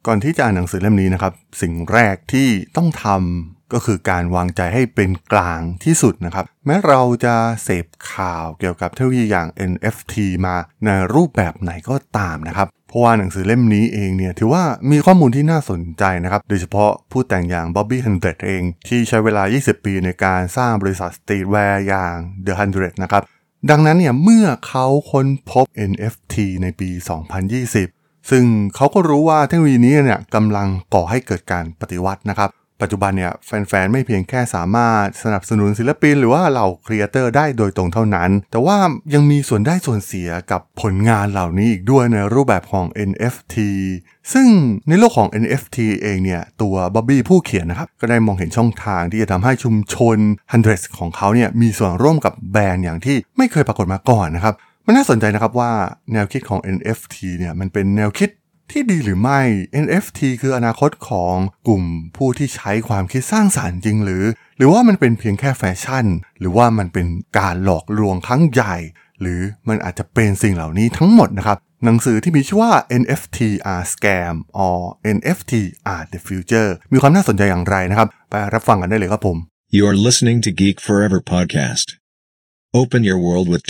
ก่อนที่จะอ่านหนังสือเล่มนี้นะครับสิ่งแรกที่ต้องทำก็คือการวางใจให้เป็นกลางที่สุดนะครับแม้เราจะเสพข่าวเกี่ยวกับเทคโนโลยีอย่าง NFT มาในรูปแบบไหนก็ตามนะครับเพราะว่าหนังสือเล่มนี้เองเนี่ยถือว่ามีข้อมูลที่น่าสนใจนะครับโดยเฉพาะผู้แต่งอย่าง Bobby Hundred เองที่ใช้เวลา20 ปีในการสร้างบริษัทสตรีทแวร์อย่าง The 100 นะครับดังนั้นเนี่ยเมื่อเขาค้นพบ NFT ในปี 2020 ซึ่งเขาก็รู้ว่าเทคโนโลยีนี้เนี่ยกำลังก่อให้เกิดการปฏิวัตินะครับปัจจุบันเนี่ยแฟนๆไม่เพียงแค่สามารถสนับสนุนศิลปินหรือว่าเหล่าครีเอเตอร์ได้โดยตรงเท่านั้นแต่ว่ายังมีส่วนได้ส่วนเสียกับผลงานเหล่านี้อีกด้วยในรูปแบบของ NFT ซึ่งในโลกของ NFT เองเนี่ยตัวบ๊อบบี้ผู้เขียนนะครับก็ได้มองเห็นช่องทางที่จะทำให้ชุมชน Hundreds ของเขาเนี่ยมีส่วนร่วมกับแบรนด์อย่างที่ไม่เคยปรากฏมาก่อนนะครับมันน่าสนใจนะครับว่าแนวคิดของ NFT เนี่ยมันเป็นแนวคิดที่ดีหรือไม่ NFT คืออนาคตของกลุ่มผู้ที่ใช้ความคิดสร้างสรรค์จริงหรือว่ามันเป็นเพียงแค่แฟชั่นหรือว่ามันเป็นการหลอกลวงครั้งใหญ่หรือมันอาจจะเป็นสิ่งเหล่านี้ทั้งหมดนะครับหนังสือที่มีชื่อว่า NFT are scam or NFT are the future มีความน่าสนใจอย่างไรนะครับไปรับฟังกันได้เลยครับผม You're listening to Geek Forever podcast. Open your world with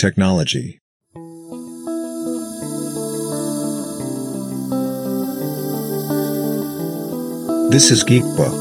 technology.This is Geek Book.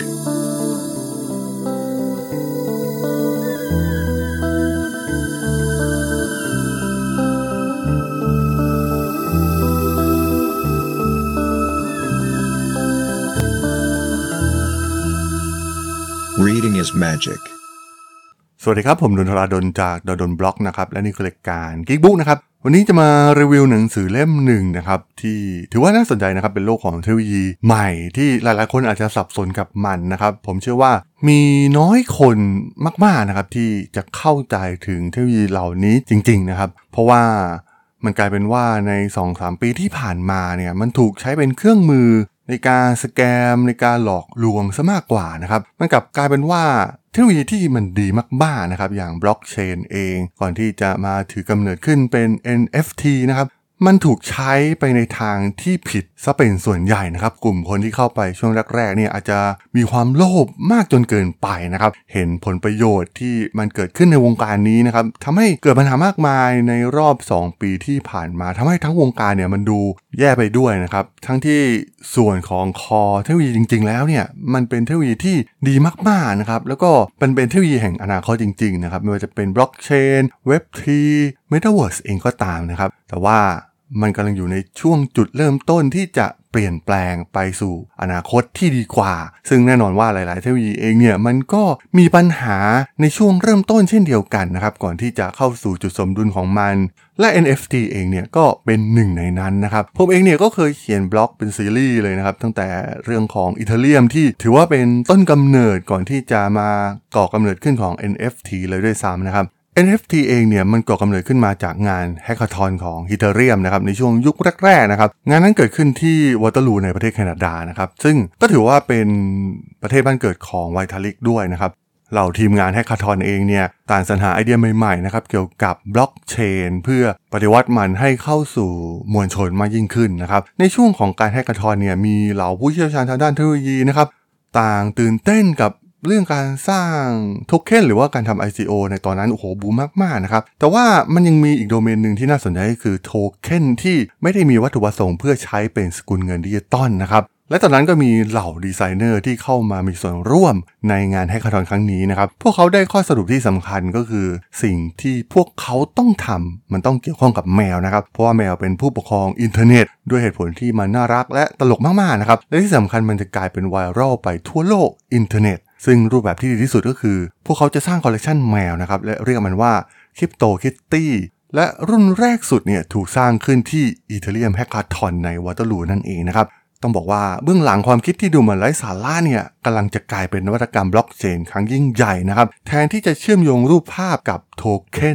Reading is magic. สวัสดีครับผมดนทราดลจากดนบล็อกนะครับและนี่คือรายการ Geek Book นะครับวันนี้จะมารีวิวหนังสือเล่มหนึ่งนะครับที่ถือว่าน่าสนใจนะครับเป็นโลกของเทคโนโลยีใหม่ที่หลายๆคนอาจจะสับสนกับมันนะครับผมเชื่อว่ามีน้อยคนมากๆนะครับที่จะเข้าใจถึงเทคโนโลยีเหล่านี้จริงๆนะครับเพราะว่ามันกลายเป็นว่าใน 2-3 ปีที่ผ่านมาเนี่ยมันถูกใช้เป็นเครื่องมือในการสแกมในการหลอกลวงซะมากกว่านะครับมันกลับกลายเป็นว่าเทคโนโลยีที่มันดีมากๆนะครับอย่างบล็อกเชนเองก่อนที่จะมาถือกำเนิดขึ้นเป็น NFT นะครับมันถูกใช้ไปในทางที่ผิดซะเป็นส่วนใหญ่นะครับกลุ่มคนที่เข้าไปช่วงแรกๆเนี่ยอาจจะมีความโลภมากจนเกินไปนะครับเห็นผลประโยชน์ที่มันเกิดขึ้นในวงการนี้นะครับทำให้เกิดปัญหามากมายในรอบ2 ปีที่ผ่านมาทำให้ทั้งวงการเนี่ยมันดูแย่ไปด้วยนะครับทั้งที่ส่วนของคอเทคโนโลยีจริงๆแล้วเนี่ยมันเป็นเทคโนโลยีที่ดีมากๆนะครับแล้วก็เป็นเทคโนโลยีแห่งอนาคตจริงๆนะครับไม่ว่าจะเป็นบล็อกเชนเว็บ 3 Metaverse เองก็ตามนะครับแต่ว่ามันกำลังอยู่ในช่วงจุดเริ่มต้นที่จะเปลี่ยนแปลงไปสู่อนาคตที่ดีกว่าซึ่งแน่นอนว่าหลายๆเทคโนโลยีเองเนี่ยมันก็มีปัญหาในช่วงเริ่มต้นเช่นเดียวกันนะครับก่อนที่จะเข้าสู่จุดสมดุลของมันและ NFT เองเนี่ยก็เป็นหนึ่งในนั้นนะครับผมเองเนี่ยก็เคยเขียนบล็อกเป็นซีรีส์เลยนะครับตั้งแต่เรื่องของ Ethereum ที่ถือว่าเป็นต้นกำเนิดก่อนที่จะมาก่อกำเนิดขึ้นของ NFT เลยด้วยซ้ำนะครับNFT เองเนี่ยมันก่อกำเนิดขึ้นมาจากงานแฮกเกอร์ทอนของ Ethereum นะครับในช่วงยุคแรกๆนะครับงานนั้นเกิดขึ้นที่วอเตอร์ลูในประเทศแคนาดานะครับซึ่งก็ถือว่าเป็นประเทศบ้านเกิดของ Vitalik ด้วยนะครับเหล่าทีมงานแฮกเกอร์ทอนเองเนี่ยต่างสรรหาไอเดียใหม่ๆนะครับเกี่ยวกับบล็อกเชนเพื่อปฏิวัติมันให้เข้าสู่มวลชนมากยิ่งขึ้นนะครับในช่วงของการแฮกเกอร์ทอนเนี่ยมีเหล่าผู้เชี่ยวชาญทางด้านเทคโนโลยีนะครับต่างตื่นเต้นกับเรื่องการสร้างโทเค็นหรือว่าการทำ ICO ในตอนนั้นโอ้โหบูมมากๆนะครับแต่ว่ามันยังมีอีกโดเมนหนึ่งที่น่าสนใจก็คือโทเค็นที่ไม่ได้มีวัตถุประสงค์เพื่อใช้เป็นสกุลเงินดิจิตอลนะครับและตอนนั้นก็มีเหล่าดีไซเนอร์ที่เข้ามามีส่วนร่วมในงานแฮกเกอร์ทอนครั้งนี้นะครับพวกเขาได้ข้อสรุปที่สำคัญก็คือสิ่งที่พวกเขาต้องทำมันต้องเกี่ยวข้องกับแมวนะครับเพราะว่าแมวเป็นผู้ปกครองอินเทอร์เน็ตด้วยเหตุผลที่มันน่ารักและตลกมากๆนะครับและที่สำคัญมันจะกลายเป็นไวรัลไปทั่วโลกอินเทอร์เน็ตซึ่งรูปแบบที่ดีที่สุดก็คือพวกเขาจะสร้างคอลเลกชันแมวนะครับและเรียกมันว่าคริปโตคิตตี้และรุ่นแรกสุดเนี่ยถูกสร้างขึ้นที่ Ethereum Hackathon ในวอเตอร์ลูนั่นเองนะครับต้องบอกว่าเบื้องหลังความคิดที่ดูเหมือนไร้สาระเนี่ยกำลังจะกลายเป็นนวัตกรรมบล็อกเชนครั้งยิ่งใหญ่นะครับแทนที่จะเชื่อมโยงรูปภาพกับโทเค็น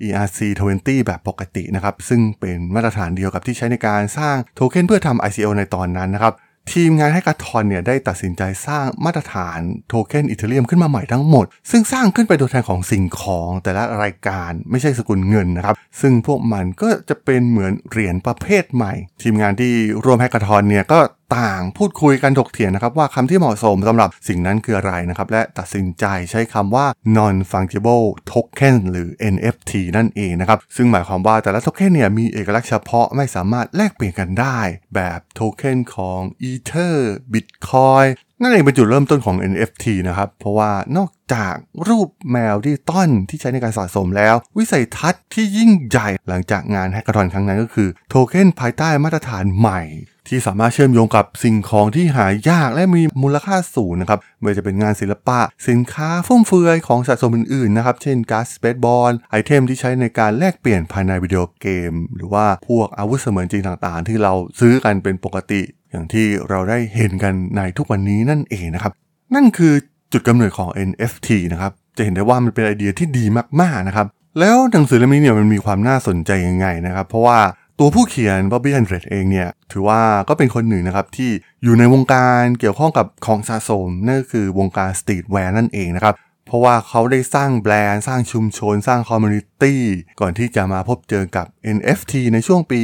ERC20 แบบปกตินะครับซึ่งเป็นมาตรฐานเดียวกับที่ใช้ในการสร้างโทเค็นเพื่อทำ ICO ในตอนนั้นนะครับทีมงานแฮกเกอร์ทอนเนี่ยได้ตัดสินใจสร้างมาตรฐานโทเค็นอีเธเรียมขึ้นมาใหม่ทั้งหมดซึ่งสร้างขึ้นเป็นตัวแทนของสิ่งของแต่ละรายการไม่ใช่สกุลเงินนะครับซึ่งพวกมันก็จะเป็นเหมือนเหรียญประเภทใหม่ทีมงานที่ร่วมแฮกเกอร์ทอนเนี่ยก็ต่างๆพูดคุยกันถกเถียงนะครับว่าคำที่เหมาะสมสำหรับสิ่งนั้นคืออะไรนะครับและตัดสินใจใช้คำว่า non-fungible token หรือ NFT นั่นเองนะครับซึ่งหมายความว่าแต่ละโทเค็นเนี่ยมีเอกลักษณ์เฉพาะไม่สามารถแลกเปลี่ยนกันได้แบบโทเค็นของ Ether Bitcoin นั่นเองเป็นจุดเริ่มต้นของ NFT นะครับเพราะว่านอกจากรูปแมวดิจิตอลที่ใช้ในการสะสมแล้ววิสัยทัศน์ที่ยิ่งใหญ่หลังจากงานแฮกเกอร์ทอนครั้งนั้นก็คือโทเค็นภายใต้มาตรฐานใหม่ที่สามารถเชื่อมโยงกับสิ่งของที่หายากและมีมูลค่าสูงนะครับไม่ว่าจะเป็นงานศิลปะสินค้าฟุ่มเฟือยของสะสมอื่นๆนะครับเช่นการ์ดสเปซบอลไอเทมที่ใช้ในการแลกเปลี่ยนภายในวิดีโอเกมหรือว่าพวกอาวุธเสมือนจริงต่างๆที่เราซื้อกันเป็นปกติอย่างที่เราได้เห็นกันในทุกวันนี้นั่นเองนะครับนั่นคือจุดกำเนิดของ NFT นะครับจะเห็นได้ว่ามันเป็นไอเดียที่ดีมากๆนะครับแล้วหนังสือเล่มนี้เนี่ยมันมีความน่าสนใจยังไงนะครับเพราะว่าตัวผู้เขียน Bobby Henrich เองเนี่ยถือว่าก็เป็นคนหนึ่งนะครับที่อยู่ในวงการเกี่ยวข้องกับของสะสมนั่นก็คือวงการสตรีทแวร์นั่นเองนะครับเพราะว่าเขาได้สร้างแบรนด์สร้างชุมชนสร้างคอมมูนิตี้ก่อนที่จะมาพบเจอกับ NFT ในช่วงปี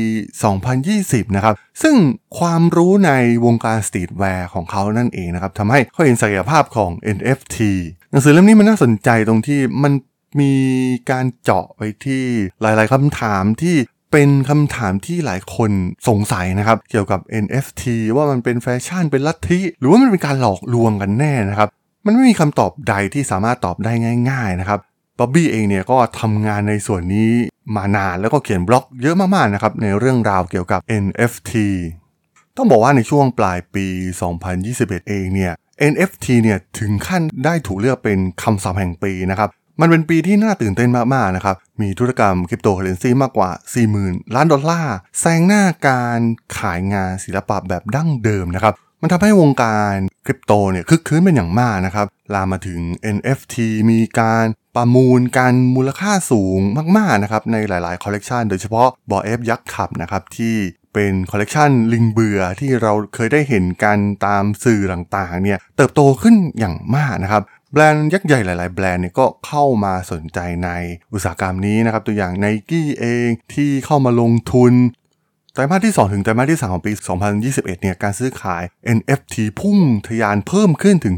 2020 นะครับซึ่งความรู้ในวงการสตรีทแวร์ของเขานั่นเองนะครับทำให้เขาเห็นศักยภาพของ NFT หนังสือเล่มนี้มันน่าสนใจตรงที่มันมีการเจาะไปที่หลายๆคำถามที่เป็นคำถามที่หลายคนสงสัยนะครับเกี่ยวกับ NFT ว่ามันเป็นแฟชั่นเป็นลัทธิหรือว่ามันเป็นการหลอกลวงกันแน่นะครับมันไม่มีคำตอบใดที่สามารถตอบได้ง่ายๆนะครับบ๊อบบี้เองเนี่ยก็ทำงานในส่วนนี้มานานแล้วก็เขียนบล็อกเยอะมากๆนะครับในเรื่องราวเกี่ยวกับ NFT ต้องบอกว่าในช่วงปลายปี 2021 เองเนี่ย NFT เนี่ยถึงขั้นได้ถูกเลือกเป็นคำศัพท์แห่งปีนะครับมันเป็นปีที่น่าตื่นเต้นมากๆนะครับมีธุรกรรมคริปโตเคอเรนซีมากกว่า 40,000 ล้านดอลลาร์แซงหน้าการขายงานศิลปะแบบดั้งเดิมนะครับมันทำให้วงการคริปโตเนี่ยคึกคืนเป็นอย่างมากนะครับลามมาถึง NFT มีการประมูลกันมูลค่าสูงมากๆนะครับในหลายๆคอลเลกชันโดยเฉพาะบอเอฟยักษ์ขับนะครับที่เป็นคอลเลกชันลิงเบื่อที่เราเคยได้เห็นกันตามสื่อต่างๆเนี่ยเติบโตขึ้นอย่างมากนะครับแบรนด์ยักษ์ใหญ่หลายๆแบรนด์เนี่ยก็เข้ามาสนใจในอุตสาหกรรมนี้นะครับตัวอย่าง Nike เองที่เข้ามาลงทุนไตรมาสที่2ถึงไตรมาสที่3ของปี 2021 เนี่ยการซื้อขาย NFT พุ่งทะยานเพิ่มขึ้นถึง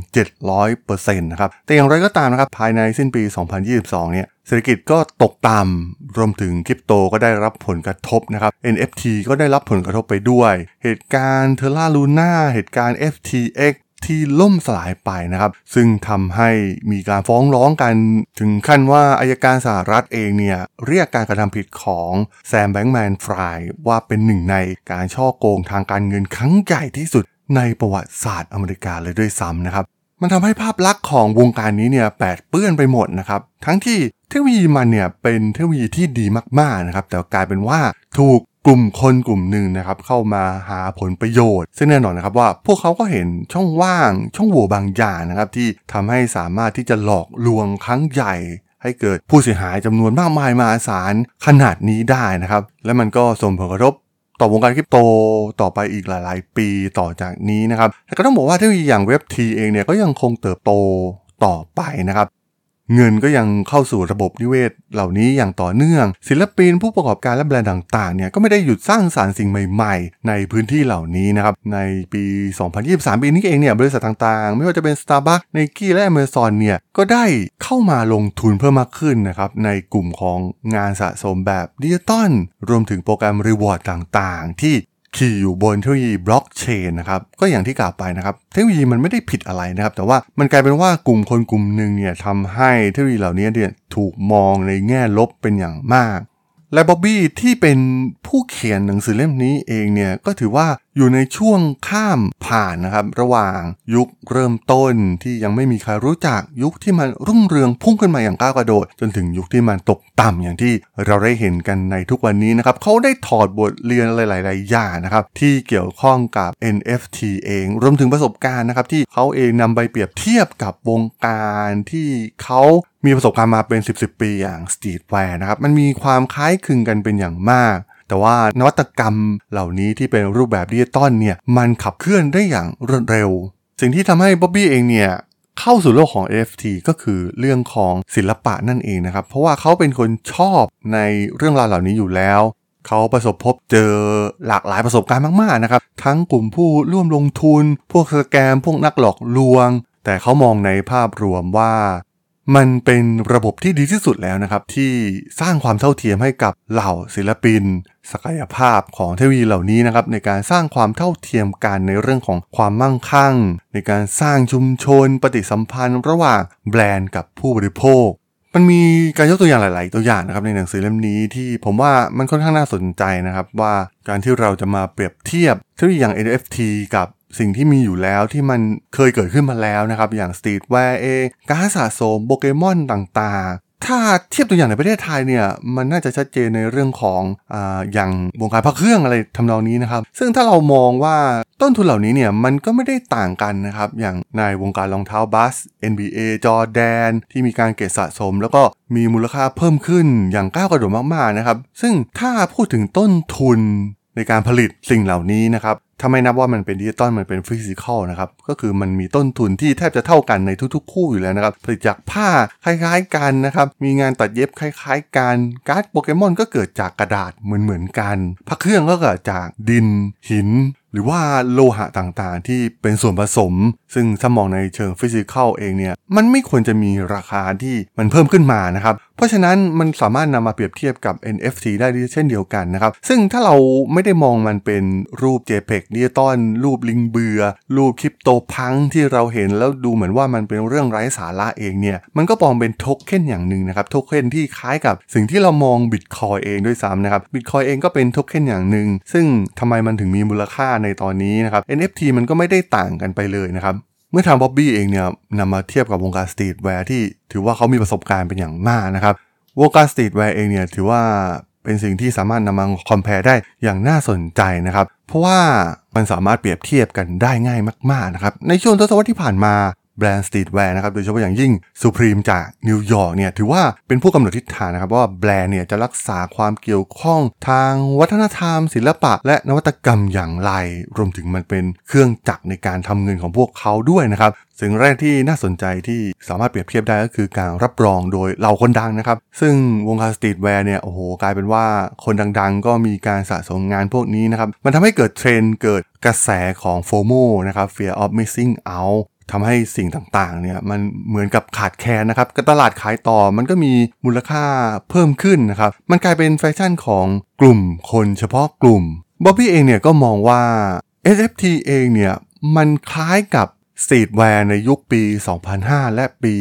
700% นะครับแต่อย่างไรก็ตามนะครับภายในสิ้นปี 2022 เนี่ยเศรษฐกิจก็ตกต่ำรวมถึงคริปโตก็ได้รับผลกระทบนะครับ NFT ก็ได้รับผลกระทบไปด้วยเหตุการณ์ Terra Luna เหตุการณ์ FTXที่ล่มสลายไปนะครับซึ่งทำให้มีการฟ้องร้องกันถึงขั้นว่าอัยการสหรัฐเองเนี่ยเรียกการกระทำผิดของแซม แบงก์แมนฟรายว่าเป็นหนึ่งในการฉ้อโกงทางการเงินครั้งใหญ่ที่สุดในประวัติศาสตร์อเมริกาเลยด้วยซ้ำนะครับมันทำให้ภาพลักษณ์ของวงการนี้เนี่ยแปดเปื้อนไปหมดนะครับทั้งที่เทคโนโลยีมันเนี่ยเป็นเทคโนโลยีที่ดีมากๆนะครับแต่กลายเป็นว่าถูกกลุ่มคนกลุ่มหนึ่งนะครับเข้ามาหาผลประโยชน์ซึ่งแน่นอนนะครับว่าพวกเขาก็เห็นช่องว่างช่องโหว่บางอย่างนะครับที่ทำให้สามารถที่จะหลอกลวงครั้งใหญ่ให้เกิดผู้เสียหายจำนวนมากมายมหาศาลขนาดนี้ได้นะครับและมันก็ส่งผลกระทบต่อวงการคริปโตต่อไปอีกหลายๆปีต่อจากนี้นะครับแต่ก็ต้องบอกว่าเทคโนโลยีอย่าง Web3 เองเนี่ยก็ยังคงเติบโตต่อไปนะครับเงินก็ยังเข้าสู่ระบบนิเวศเหล่านี้อย่างต่อเนื่องศิลปินผู้ประกอบการและแบรนด์ต่างๆเนี่ยก็ไม่ได้หยุดสร้างสรรค์สิ่งใหม่ๆในพื้นที่เหล่านี้นะครับในปี 2023 ปีนี้เองเนี่ยบริษัทต่างๆไม่ว่าจะเป็น Starbucks Nike และ Amazon เนี่ยก็ได้เข้ามาลงทุนเพิ่มมากขึ้นนะครับในกลุ่มของงานสะสมแบบดิจิตอลรวมถึงโปรแกรมรีวอร์ดต่างๆที่ขี่อยู่บนเทคโนโลยีบล็อกเชนนะครับก็อย่างที่กล่าวไปนะครับเทคโนโลยีมันไม่ได้ผิดอะไรนะครับแต่ว่ามันกลายเป็นว่ากลุ่มคนกลุ่มหนึ่งเนี่ยทำให้เทคโนโลยีเหล่านี้เนี่ยถูกมองในแง่ลบเป็นอย่างมากและบ๊อบบี้ที่เป็นผู้เขียนหนังสือเล่มนี้เองเนี่ยก็ถือว่าอยู่ในช่วงข้ามผ่านนะครับระหว่างยุคเริ่มต้นที่ยังไม่มีใครรู้จักยุคที่มันรุ่งเรืองพุ่งขึ้นมาอย่างก้าวกระโดดจนถึงยุคที่มันตกต่ำอย่างที่เราได้เห็นกันในทุกวันนี้นะครับเขาได้ถอดบทเรียนหลายๆอย่างนะครับที่เกี่ยวข้องกับ NFT เองรวมถึงประสบการณ์นะครับที่เขาเองนำไปเปรียบเทียบกับวงการที่เขามีประสบการณ์มาเป็น10 ปีอย่างสตรีทแวร์นะครับมันมีความคล้ายคลึงกันเป็นอย่างมากแต่ว่านวัตกรรมเหล่านี้ที่เป็นรูปแบบดิจิตอลเนี่ยมันขับเคลื่อนได้อย่างรวดเร็วสิ่งที่ทำให้บ๊อบบี้เองเนี่ยเข้าสู่โลกของ NFT ก็คือเรื่องของศิลปะนั่นเองนะครับเพราะว่าเขาเป็นคนชอบในเรื่องราวเหล่านี้อยู่แล้วเขาประสบพบเจอหลากหลายประสบการณ์มากๆนะครับทั้งกลุ่มผู้ร่วมลงทุนพวกสแกมพวกนักหลอกลวงแต่เขามองในภาพรวมว่ามันเป็นระบบที่ดีที่สุดแล้วนะครับที่สร้างความเท่าเทียมให้กับเหล่าศิลปินศักยภาพของเทคโนโลยีเหล่านี้นะครับในการสร้างความเท่าเทียมกันในเรื่องของความมั่งคั่งในการสร้างชุมชนปฏิสัมพันธ์ระหว่างแบรนด์กับผู้บริโภคมันมีการยกตัวอย่างหลายๆตัวอย่างนะครับในหนังสือเล่มนี้ที่ผมว่ามันค่อนข้างน่าสนใจนะครับว่าการที่เราจะมาเปรียบเทียบเทคโนโลยีอย่าง NFT กับสิ่งที่มีอยู่แล้วที่มันเคยเกิดขึ้นมาแล้วนะครับอย่างสตรีทแวร์การสะสมโปเกมอนต่างๆถ้าเทียบตัวอย่างในประเทศไทยเนี่ยมันน่าจะชัดเจนในเรื่องของอย่างวงการพระเครื่องอะไรทำนองนี้นะครับซึ่งถ้าเรามองว่าต้นทุนเหล่านี้เนี่ยมันก็ไม่ได้ต่างกันนะครับอย่างในวงการรองเท้าบัส NBA จอร์แดนที่มีการเก็บสะสมแล้วก็มีมูลค่าเพิ่มขึ้นอย่างก้าวกระโดดมากๆนะครับซึ่งถ้าพูดถึงต้นทุนในการผลิตสิ่งเหล่านี้นะครับถ้าไม่นับว่ามันเป็นดิจิตอลมันเป็นฟิสิกอลนะครับก็คือมันมีต้นทุนที่แทบจะเท่ากันในทุกๆคู่อยู่แล้วนะครับผลิตจากผ้าคล้ายๆกันนะครับมีงานตัดเย็บคล้ายๆกันการ์ดโปเกมอนก็เกิดจากกระดาษเหมือนกันพระเครื่องก็เกิดจากดินหินหรือว่าโลหะต่างๆที่เป็นส่วนผสมซึ่งถ้ามองในเชิงฟิสิกอลเองเนี่ยมันไม่ควรจะมีราคาที่มันเพิ่มขึ้นมานะครับเพราะฉะนั้นมันสามารถนำมาเปรียบเทียบกับ NFT ได้เช่นเดียวกันนะครับซึ่งถ้าเราไม่ได้มองมันเป็นรูป JPEG ดิจิตอลรูปลิงเบือรูปคริปโตพังที่เราเห็นแล้วดูเหมือนว่ามันเป็นเรื่องไร้สาระเองเนี่ยมันก็มองเป็นโทเค็นอย่างหนึ่งนะครับโทเค็นที่คล้ายกับสิ่งที่เรามอง Bitcoin เองด้วยซ้ำนะครับ Bitcoin เองก็เป็นโทเค็นอย่างหนึ่งซึ่งทำไมมันถึงมีมูลค่าในตอนนี้นะครับ NFT มันก็ไม่ได้ต่างกันไปเลยนะครับเมื่อทางบ๊อบบี้เองเนี่ยนำมาเทียบกับวงการสตรีทแวร์ที่ถือว่าเขามีประสบการณ์เป็นอย่างมากนะครับวงการสตรีทแวร์เองเนี่ยถือว่าเป็นสิ่งที่สามารถนำมาคอมแพร์ได้อย่างน่าสนใจนะครับเพราะว่ามันสามารถเปรียบเทียบกันได้ง่ายมากๆนะครับในช่วงทศวรรษที่ผ่านมาแบรนด์สตรีทแวร์นะครับโดยเฉพาะอย่างยิ่ง Supreme จากนิวยอร์กเนี่ยถือว่าเป็นผู้กำหนดทิศทางนะครับว่าแบรนด์เนี่ยจะรักษาความเกี่ยวข้องทางวัฒนธรรมศิลปะและนวัตกรรมอย่างไรรวมถึงมันเป็นเครื่องจักรในการทำเงินของพวกเขาด้วยนะครับสิ่งแรกที่น่าสนใจที่สามารถเปรียบเทียบได้ก็คือการรับรองโดยเหล่าคนดังนะครับซึ่งวงการสตรีทแวร์เนี่ยโอ้โหกลายเป็นว่าคนดังๆก็มีการสะสมงานพวกนี้นะครับมันทำให้เกิดเทรนด์เกิดกระแสของ FOMO นะครับ Fear of Missing Outทำให้สิ่งต่างๆเนี่ยมันเหมือนกับขาดแคลนนะครับตลาดขายต่อมันก็มีมูลค่าเพิ่มขึ้นนะครับมันกลายเป็นแฟชั่นของกลุ่มคนเฉพาะกลุ่มบ๊อบบี้เองเนี่ยก็มองว่า NFT เองเนี่ยมันคล้ายกับสตรีทแวร์ในยุคปี 2005 และปี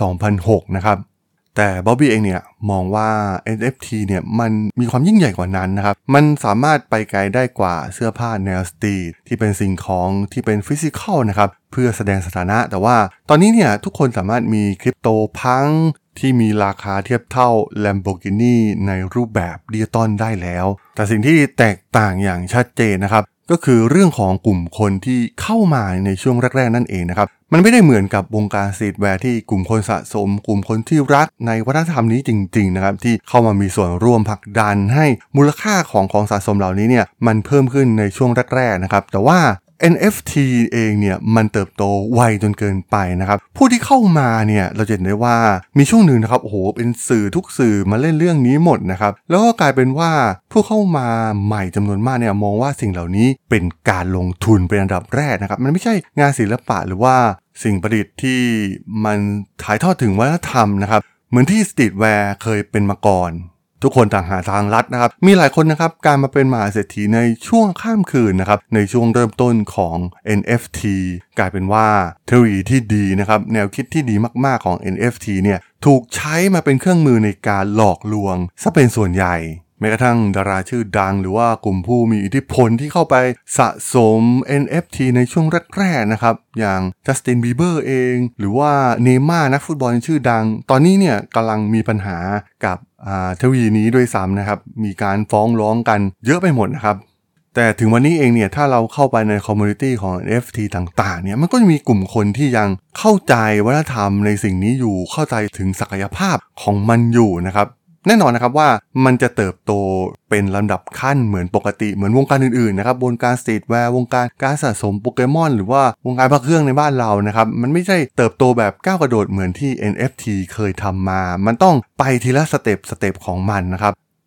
2006 นะครับแต่บ๊อบบี้เองเนี่ยมองว่า NFT เนี่ยมันมีความยิ่งใหญ่กว่านั้นนะครับมันสามารถไปไกลได้กว่าเสื้อผ้าแนวสตรีทที่เป็นสิ่งของที่เป็นฟิสิกอลนะครับเพื่อแสดงสถานะแต่ว่าตอนนี้เนี่ยทุกคนสามารถมีคริปโตพังที่มีราคาเทียบเท่า Lamborghini ในรูปแบบดิจิตอลได้แล้วแต่สิ่งที่แตกต่างอย่างชัดเจนนะครับก็คือเรื่องของกลุ่มคนที่เข้ามาในช่วงแรกๆนั่นเองนะครับมันไม่ได้เหมือนกับวงการสตรีทแวร์ที่กลุ่มคนสะสมกลุ่มคนที่รักในวัฒนธรรมนี้จริงๆนะครับที่เข้ามามีส่วนร่วมผลักดันให้มูลค่าของสะสมเหล่านี้เนี่ยมันเพิ่มขึ้นในช่วงแรกๆนะครับแต่ว่า NFT เองเนี่ยมันเติบโตไวจนเกินไปนะครับผู้ที่เข้ามาเนี่ยเราจะเห็นได้ว่ามีช่วงหนึ่งนะครับโอ้โหเป็นสื่อทุกสื่อมาเล่นเรื่องนี้หมดนะครับแล้วก็กลายเป็นว่าผู้เข้ามาใหม่จำนวนมากเนี่ยมองว่าสิ่งเหล่านี้เป็นการลงทุนเป็นอันดับแรกนะครับมันไม่ใช่งานศิลปะหรือว่าสิ่งประดิษฐ์ที่มันถ่ายทอดถึงวัฒนธรรมนะครับเหมือนที่สตรีทแวร์เคยเป็นมาก่อนทุกคนต่างหาทางลัดนะครับมีหลายคนนะครับการมาเป็นมหาเศรษฐีในช่วงข้ามคืนนะครับในช่วงเริ่มต้นของ NFT กลายเป็นว่าเทคโนโลยีที่ดีนะครับแนวคิดที่ดีมากๆของ NFT เนี่ยถูกใช้มาเป็นเครื่องมือในการหลอกลวงซะเป็นส่วนใหญ่แม้กระทั่งดาราชื่อดังหรือว่ากลุ่มผู้มีอิทธิพลที่เข้าไปสะสม NFT ในช่วงแรกๆนะครับอย่างจัสตินบีเบอร์เองหรือว่าเนย์ม่าร์นักฟุตบอลชื่อดังตอนนี้เนี่ยกำลังมีปัญหากับเทคโนโลยีนี้ด้วยซ้ำนะครับมีการฟ้องร้องกันเยอะไปหมดนะครับแต่ถึงวันนี้เองเนี่ยถ้าเราเข้าไปในคอมมูนิตี้ของ NFT ต่างๆเนี่ยมันก็จะมีกลุ่มคนที่ยังเข้าใจวัฒนธรรมในสิ่งนี้อยู่เข้าใจถึงศักยภาพของมันอยู่นะครับแน่นอนนะครับว่ามันจะเติบโตเป็นลำดับขั้นเหมือนปกติเหมือนวงการอื่นๆนะครับวงการสตรีทแวร์วงการการสะสมโปเกมอนหรือว่าวงการพระเครื่องในบ้านเรานะครับมันไม่ใช่เติบโตแบบก้าวกระโดดเหมือนที่ NFT เคยทำมามันต้องไปทีละสเต็ปของมันนะครับ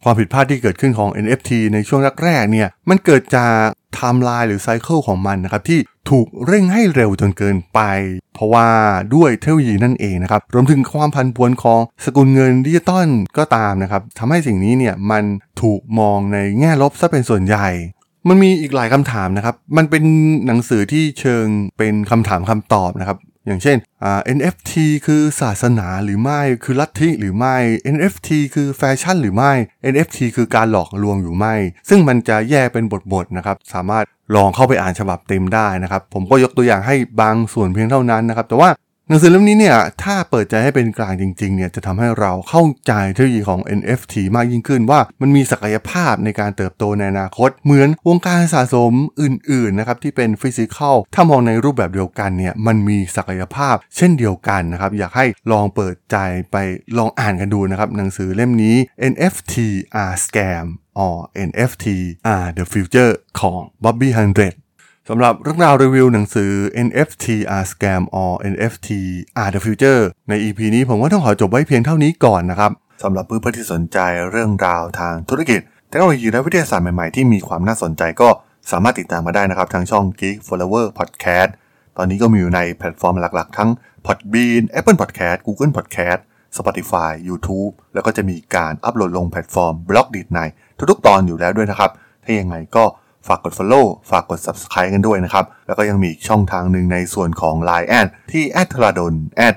ความผิดพลาดที่เกิดขึ้นของ NFT ในช่วงแรกๆเนี่ยมันเกิดจากไทม์ไลน์หรือไซเคิลของมันนะครับที่ถูกเร่งให้เร็วจนเกินไปเพราะว่าด้วยเทคโนโลยีนั่นเองนะครับรวมถึงความผันผวนของสกุลเงินดิจิตอลก็ตามนะครับทำให้สิ่งนี้เนี่ยมันถูกมองในแง่ลบซะเป็นส่วนใหญ่มันมีอีกหลายคำถามนะครับมันเป็นหนังสือที่เชิงเป็นคำถามคำตอบนะครับอย่างเช่นNFT คือศาสนาหรือไม่คือลัทธิหรือไม่ NFT คือแฟชั่นหรือไม่ NFT คือการหลอกลวงหรือไม่ซึ่งมันจะแยกเป็นบทๆนะครับสามารถลองเข้าไปอ่านฉบับเต็มได้นะครับผมก็ยกตัวอย่างให้บางส่วนเพียงเท่านั้นนะครับแต่ว่าหนังสือเล่มนี้เนี่ยถ้าเปิดใจให้เป็นกลางจริงๆเนี่ยจะทำให้เราเข้าใจเทคโนโลยีของ NFT มากยิ่งขึ้นว่ามันมีศักยภาพในการเติบโตในอนาคตเหมือนวงการสะสมอื่นๆนะครับที่เป็นฟิสิกอลถ้ามองในรูปแบบเดียวกันเนี่ยมันมีศักยภาพเช่นเดียวกันนะครับอยากให้ลองเปิดใจไปลองอ่านกันดูนะครับหนังสือเล่มนี้ NFT are scam or NFT are the future ของ Bobby Hundredสำหรับเรื่องราวรีวิวหนังสือ NFT are scam or NFT are the future ใน EP นี้ผมว่าต้องขอจบไว้เพียงเท่านี้ก่อนนะครับสำหรับเพื่อนๆที่สนใจเรื่องราวทางธุรกิจเทคโนโลยีและวิทยาศาสตร์ใหม่ๆที่มีความน่าสนใจก็สามารถติดตามมาได้นะครับทางช่อง Geek Flower Podcast ตอนนี้ก็มีอยู่ในแพลตฟอร์มหลักๆทั้ง Podbean Apple Podcast Google Podcast Spotify YouTube แล้วก็จะมีการอัปโหลดลงแพลตฟอร์ม Blogdit ในทุกๆตอนอยู่แล้วด้วยนะครับถ้ายังไงก็ฝากกด follow ฝากกด subscribe กันด้วยนะครับแล้วก็ยังมีอีกช่องทางหนึ่งในส่วนของ Line แอดที่@thradol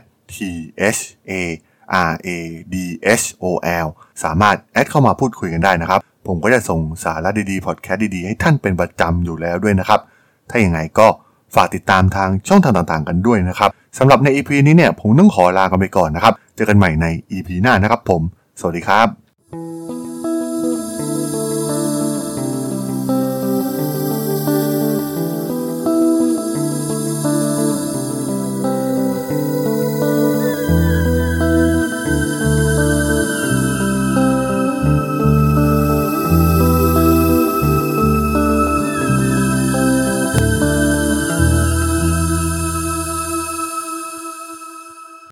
@THARADSOL สามารถแอดเข้ามาพูดคุยกันได้นะครับผมก็จะส่งสาระดีๆพอดแคสต์ดีๆให้ท่านเป็นประจำอยู่แล้วด้วยนะครับถ้าอย่างไงก็ฝากติดตามทางช่องทางต่างๆกันด้วยนะครับสำหรับใน EP นี้เนี่ยผมต้องขอลากันไปก่อนนะครับเจอกันใหม่ใน EP หน้านะครับผมสวัสดีครับ